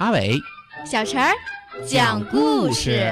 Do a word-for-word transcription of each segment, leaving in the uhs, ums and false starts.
马尾、 小陈儿讲故事。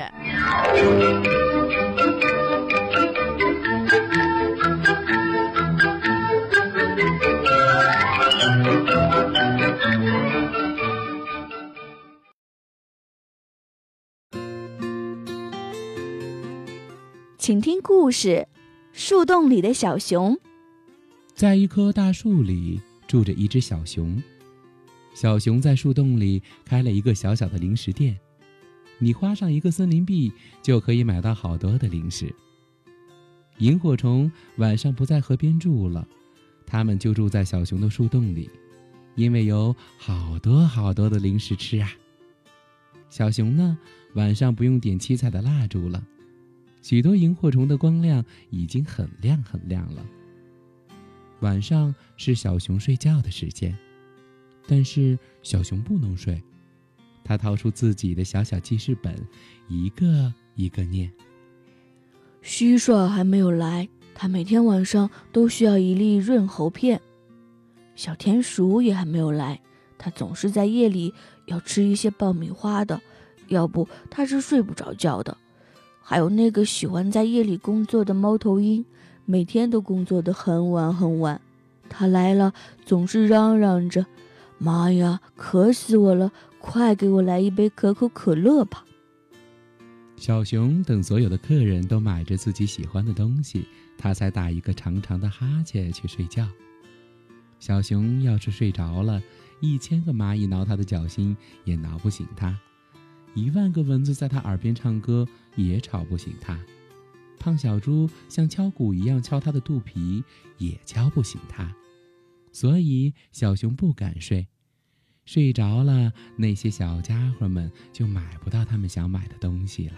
请听故事：树洞里的小熊。 在一棵大树里住着一只小熊，小熊在树洞里开了一个小小的零食店，你花上一个森林币就可以买到好多的零食。萤火虫晚上不在河边住了，它们就住在小熊的树洞里，因为有好多好多的零食吃啊。小熊呢，晚上不用点七彩的蜡烛了，许多萤火虫的光亮已经很亮很亮了。晚上是小熊睡觉的时间，但是小熊不能睡，他掏出自己的小小记事本，一个一个念。 蟋蟀还没有来，他每天晚上都需要一粒润喉片。小田鼠也还没有来，他总是在夜里要吃一些爆米花的，要不他是睡不着觉的。还有那个喜欢在夜里工作的猫头鹰，每天都工作得很晚很晚，他来了总是嚷嚷着：妈呀，渴死我了，快给我来一杯可口可乐吧。 小熊等所有的客人都买着自己喜欢的东西，他才打一个长长的哈欠去睡觉。小熊要是睡着了，一千个蚂蚁挠他的脚心也挠不醒他，一万个蚊子在他耳边唱歌也吵不醒他，胖小猪像敲鼓一样敲他的肚皮也敲不醒他。所以小熊不敢睡，睡着了，那些小家伙们就买不到他们想买的东西了。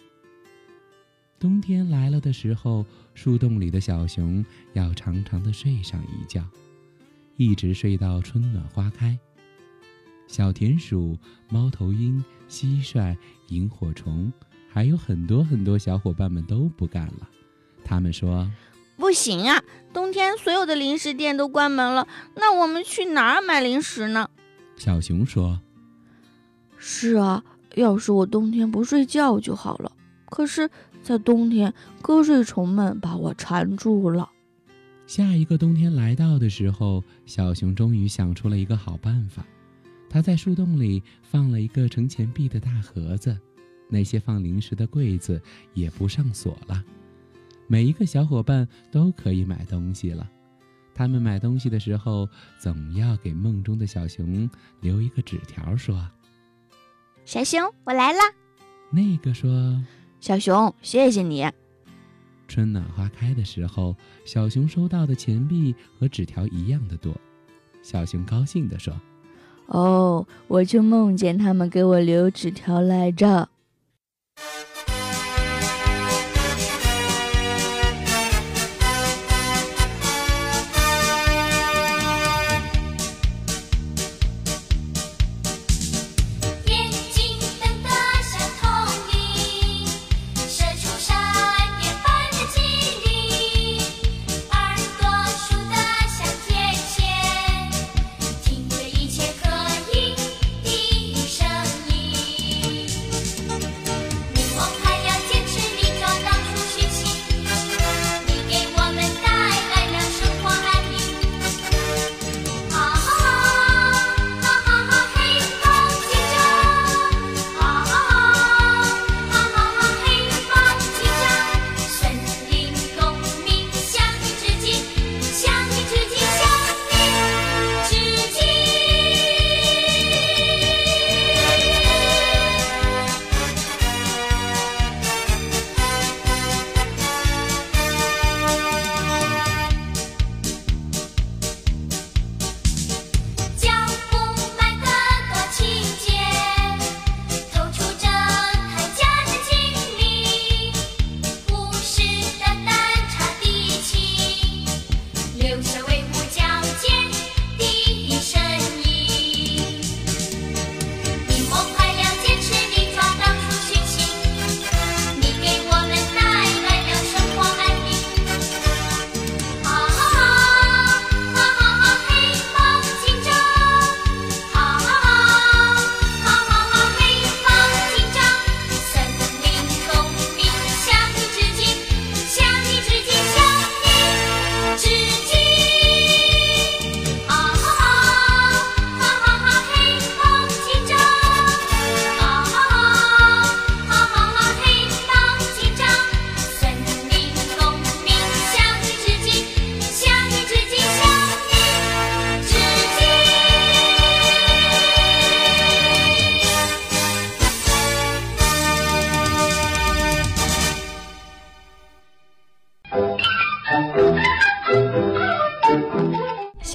冬天来了的时候，树洞里的小熊要长长的睡上一觉，一直睡到春暖花开。小田鼠、猫头鹰、蟋蟀、萤火虫，还有很多很多小伙伴们都不干了。他们说： 不行啊，冬天所有的零食店都关门了，那我们去哪儿买零食呢？ 小熊说： 是啊，要是我冬天不睡觉就好了，可是在冬天瞌睡虫们把我缠住了。 下一个冬天来到的时候，小熊终于想出了一个好办法。他在树洞里放了一个盛钱币的大盒子，那些放零食的柜子也不上锁了，每一个小伙伴都可以买东西了。他们买东西的时候，总要给梦中的小熊留一个纸条，说： 小熊，我来了。 那个说： 小熊，谢谢你。 春暖花开的时候，小熊收到的钱币和纸条一样的多。小熊高兴地说： 哦，我就梦见他们给我留纸条来着。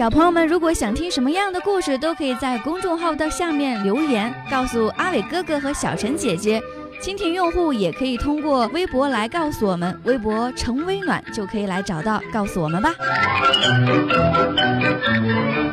小朋友们如果想听什么样的故事，都可以在公众号的下面留言，告诉阿伟哥哥和小陈姐姐。蜻蜓用户也可以通过微博来告诉我们，微博陈微暖就可以来找到，告诉我们吧。